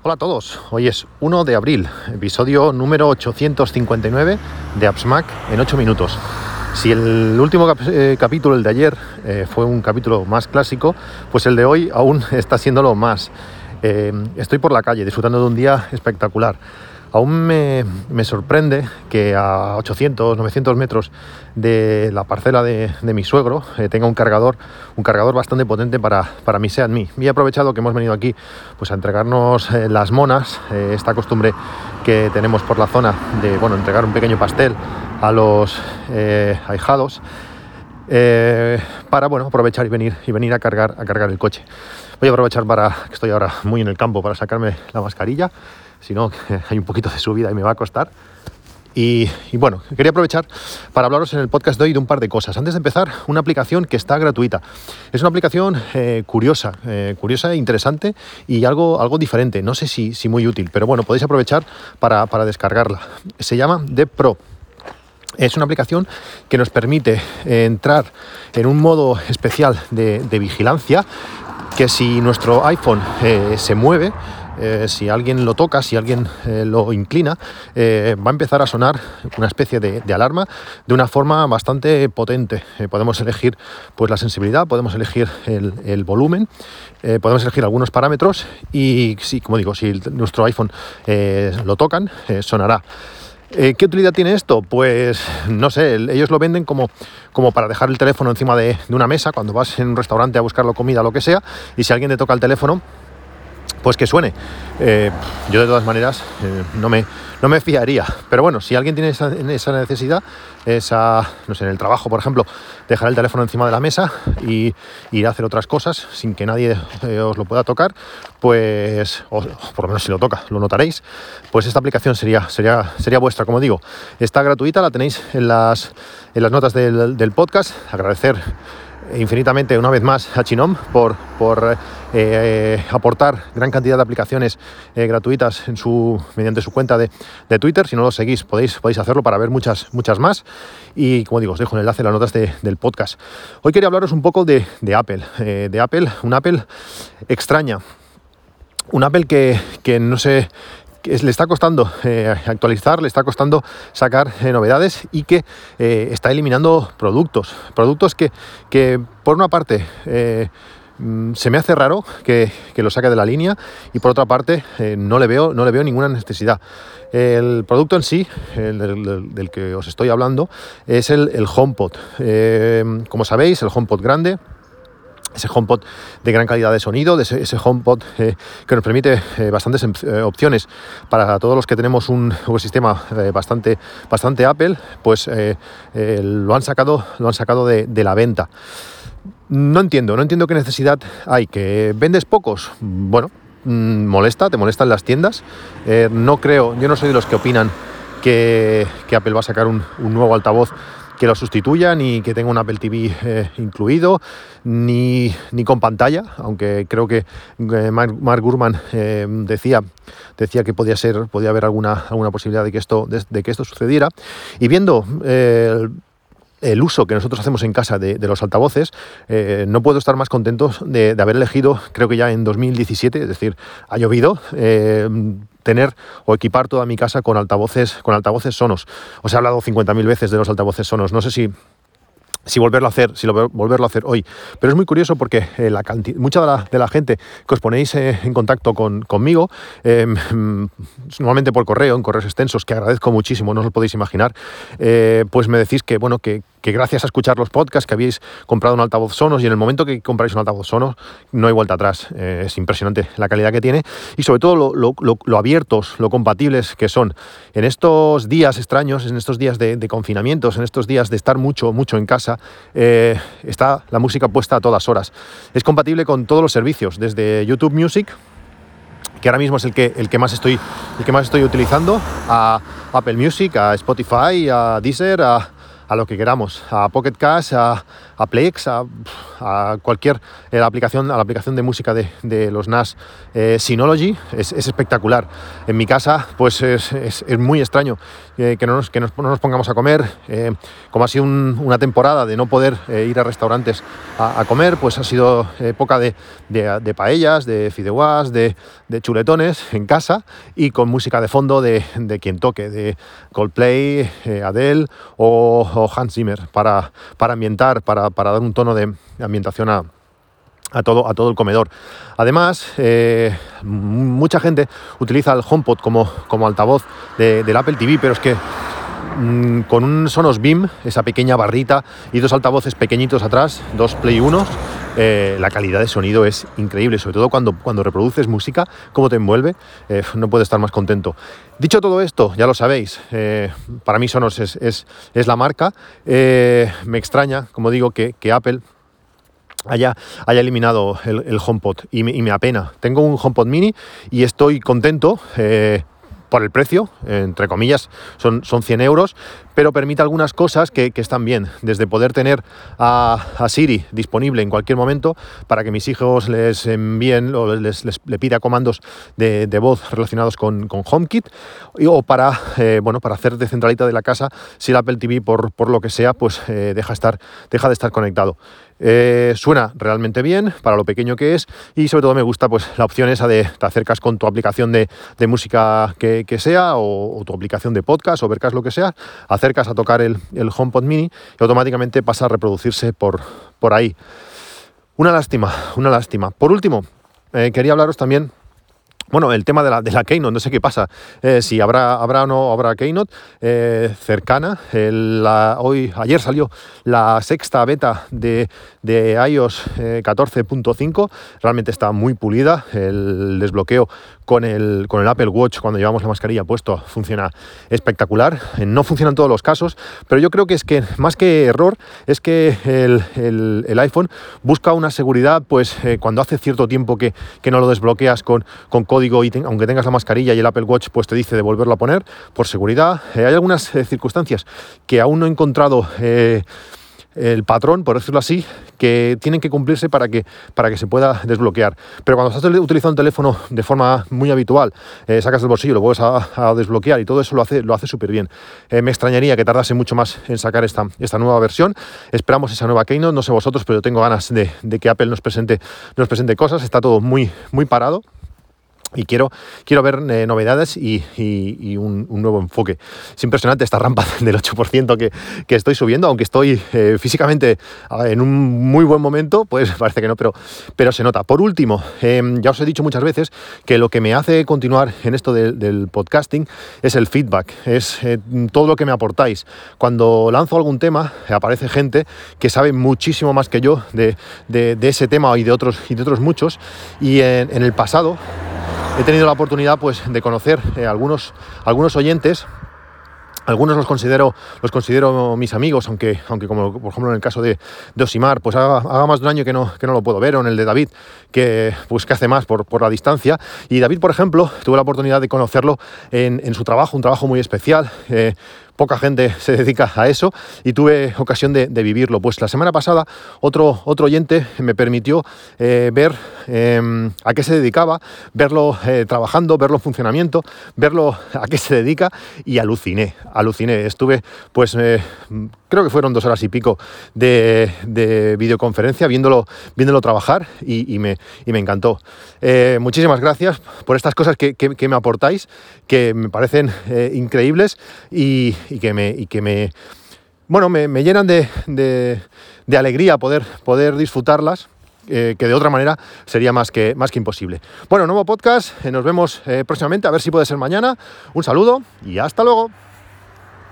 Hola a todos, hoy es 1 de abril, episodio número 859 de AppsMac en 8 minutos. Si el último capítulo, el de ayer, fue un capítulo más clásico, pues el de hoy aún está siéndolo más. Estoy por la calle disfrutando de un día espectacular. Aún me sorprende que a 800, 900 metros de la parcela de mi suegro tenga un cargador bastante potente para mi Seat Mii. Y he aprovechado que hemos venido aquí pues, a entregarnos las monas, esta costumbre que tenemos por la zona de entregar un pequeño pastel a los ahijados, para aprovechar y venir a cargar el coche. Voy a aprovechar que estoy ahora muy en el campo para sacarme la mascarilla. Si no, hay un poquito de subida y me va a costar. Y quería aprovechar para hablaros en el podcast de hoy de un par de cosas. Antes de empezar, una aplicación que está gratuita. Es una aplicación curiosa e interesante y algo diferente. No sé si muy útil, pero podéis aprovechar para descargarla. Se llama DevPro. Es una aplicación que nos permite entrar en un modo especial de vigilancia, que si nuestro iPhone se mueve, si alguien lo toca, si alguien lo inclina, va a empezar a sonar una especie de alarma de una forma bastante potente. Podemos elegir pues la sensibilidad, podemos elegir el volumen, podemos elegir algunos parámetros y si nuestro iPhone lo tocan, sonará. ¿Qué utilidad tiene esto? Pues no sé, ellos lo venden como para dejar el teléfono encima de una mesa cuando vas en un restaurante a buscar comida o lo que sea, y si alguien te toca el teléfono, pues que suene. Yo de todas maneras no me fiaría, pero bueno, si alguien tiene esa necesidad, en el trabajo, por ejemplo, dejar el teléfono encima de la mesa y ir a hacer otras cosas sin que nadie os lo pueda tocar, pues, o por lo menos si lo toca, lo notaréis, pues esta aplicación sería vuestra. Como digo, está gratuita, la tenéis en las notas del podcast. Agradecer infinitamente una vez más a Chinom por aportar gran cantidad de aplicaciones gratuitas mediante su cuenta de Twitter. Si no lo seguís, podéis hacerlo para ver muchas más. Y como digo, os dejo el enlace en las notas del podcast. Hoy quería hablaros un poco de Apple, una Apple extraña, una Apple que no sé, que le está costando actualizar, le está costando sacar novedades y que está eliminando productos que por una parte se me hace raro que lo saque de la línea, y por otra parte no le veo ninguna necesidad. El producto en sí, del que os estoy hablando, es el HomePod. Como sabéis, el HomePod grande, ese HomePod de gran calidad de sonido, ese HomePod que nos permite bastantes opciones para todos los que tenemos un ecosistema bastante Apple, pues lo han sacado de la venta. No entiendo qué necesidad hay. ¿Que vendes pocos? Bueno, te molestan las tiendas. Yo no soy de los que opinan que Apple va a sacar un nuevo altavoz que lo sustituya, ni que tenga un Apple TV incluido, ni con pantalla, aunque creo que Mark Gurman decía que podía haber alguna posibilidad de que esto sucediera. Y viendo el uso que nosotros hacemos en casa de los altavoces, no puedo estar más contento de haber elegido, creo que ya en 2017, es decir, ha llovido, tener o equipar toda mi casa con altavoces Sonos. Os he hablado 50.000 veces de los altavoces Sonos. No sé si volverlo a hacer hoy. Pero es muy curioso porque mucha de la gente que os ponéis en contacto conmigo, normalmente por correo, en correos extensos, que agradezco muchísimo, no os lo podéis imaginar, pues me decís que gracias a escuchar los podcasts que habéis comprado un altavoz Sonos, y en el momento que compráis un altavoz Sonos no hay vuelta atrás. Es impresionante la calidad que tiene y sobre todo lo abiertos, lo compatibles que son. En estos días extraños, en estos días de confinamientos, en estos días de estar mucho en casa, está la música puesta a todas horas. Es compatible con todos los servicios, desde YouTube Music, que ahora mismo es el que más estoy utilizando, a Apple Music, a Spotify, a Deezer, a lo que queramos, a Pocket Cast, a Plex, a cualquier la aplicación de música de los NAS Synology, es espectacular. En mi casa pues es muy extraño que no nos pongamos a comer, como ha sido una temporada de no poder ir a restaurantes a comer, pues ha sido época de paellas, de fideuás, de chuletones en casa y con música de fondo de quien toque, de Coldplay, Adele o Hans Zimmer para ambientar, para dar un tono de ambientación a todo el comedor. Además, mucha gente utiliza el HomePod como altavoz del Apple TV, pero es que con un Sonos Beam, esa pequeña barrita y dos altavoces pequeñitos atrás, dos Play 1, la calidad de sonido es increíble, sobre todo cuando reproduces música, cómo te envuelve, no puedo estar más contento. Dicho todo esto, ya lo sabéis, para mí Sonos es la marca. Me extraña, como digo, que Apple haya eliminado el HomePod y me apena. Tengo un HomePod mini y estoy contento por el precio, entre comillas, son 100 euros, pero permite algunas cosas que están bien, desde poder tener a Siri disponible en cualquier momento para que mis hijos les envíen o le pida comandos de voz relacionados con HomeKit, o para hacer de centralita de la casa si el Apple TV por lo que sea pues deja de estar conectado. Suena realmente bien para lo pequeño que es, y sobre todo me gusta pues la opción esa de te acercas con tu aplicación de música que sea, o tu aplicación de podcast o Vercast, lo que sea, acercas a tocar el HomePod mini y automáticamente pasa a reproducirse por ahí. Una lástima. Por último, quería hablaros también, el tema de la Keynote. No sé qué pasa, si habrá o no habrá Keynote cercana. Ayer salió la sexta beta de iOS 14.5. Realmente está muy pulida. El desbloqueo con el Apple Watch cuando llevamos la mascarilla puesto funciona espectacular. No funciona en todos los casos, pero yo creo que es que más que error es que el iPhone busca una seguridad, pues cuando hace cierto tiempo que no lo desbloqueas con código, y aunque tengas la mascarilla y el Apple Watch, pues te dice de volverlo a poner por seguridad. Hay algunas circunstancias que aún no he encontrado el patrón, por decirlo así, que tienen que cumplirse para que se pueda desbloquear. Pero cuando estás utilizando el teléfono de forma muy habitual, sacas del bolsillo, lo vuelves a desbloquear y todo eso lo hace súper bien. Me extrañaría que tardase mucho más en sacar esta nueva versión. Esperamos esa nueva Keynote, no sé vosotros, pero yo tengo ganas de que Apple nos presente cosas. Está todo muy, muy parado. Y quiero ver novedades y un nuevo enfoque. Es impresionante esta rampa del 8% que estoy subiendo, aunque estoy físicamente en un muy buen momento, pues parece que no, pero se nota. Por último, ya os he dicho muchas veces que lo que me hace continuar en esto del podcasting es el feedback, es todo lo que me aportáis. Cuando lanzo algún tema, aparece gente que sabe muchísimo más que yo de ese tema y de otros muchos, y en el pasado he tenido la oportunidad pues de conocer algunos oyentes. Algunos los considero mis amigos, aunque como por ejemplo en el caso de Osimar, pues haga más de un año que no lo puedo ver, o en el de David, que hace más por la distancia. Y David, por ejemplo, tuve la oportunidad de conocerlo en su trabajo, un trabajo muy especial. Poca gente se dedica a eso y tuve ocasión de vivirlo. Pues la semana pasada otro oyente me permitió ver a qué se dedicaba, verlo trabajando, verlo en funcionamiento, verlo a qué se dedica, y aluciné. Estuve pues creo que fueron 2 horas y pico de videoconferencia viéndolo trabajar y me encantó. Muchísimas gracias por estas cosas que me aportáis, que me parecen increíbles y que me llenan de alegría poder disfrutarlas, que de otra manera sería más que imposible. Bueno, nuevo podcast, nos vemos próximamente, a ver si puede ser mañana. Un saludo y hasta luego.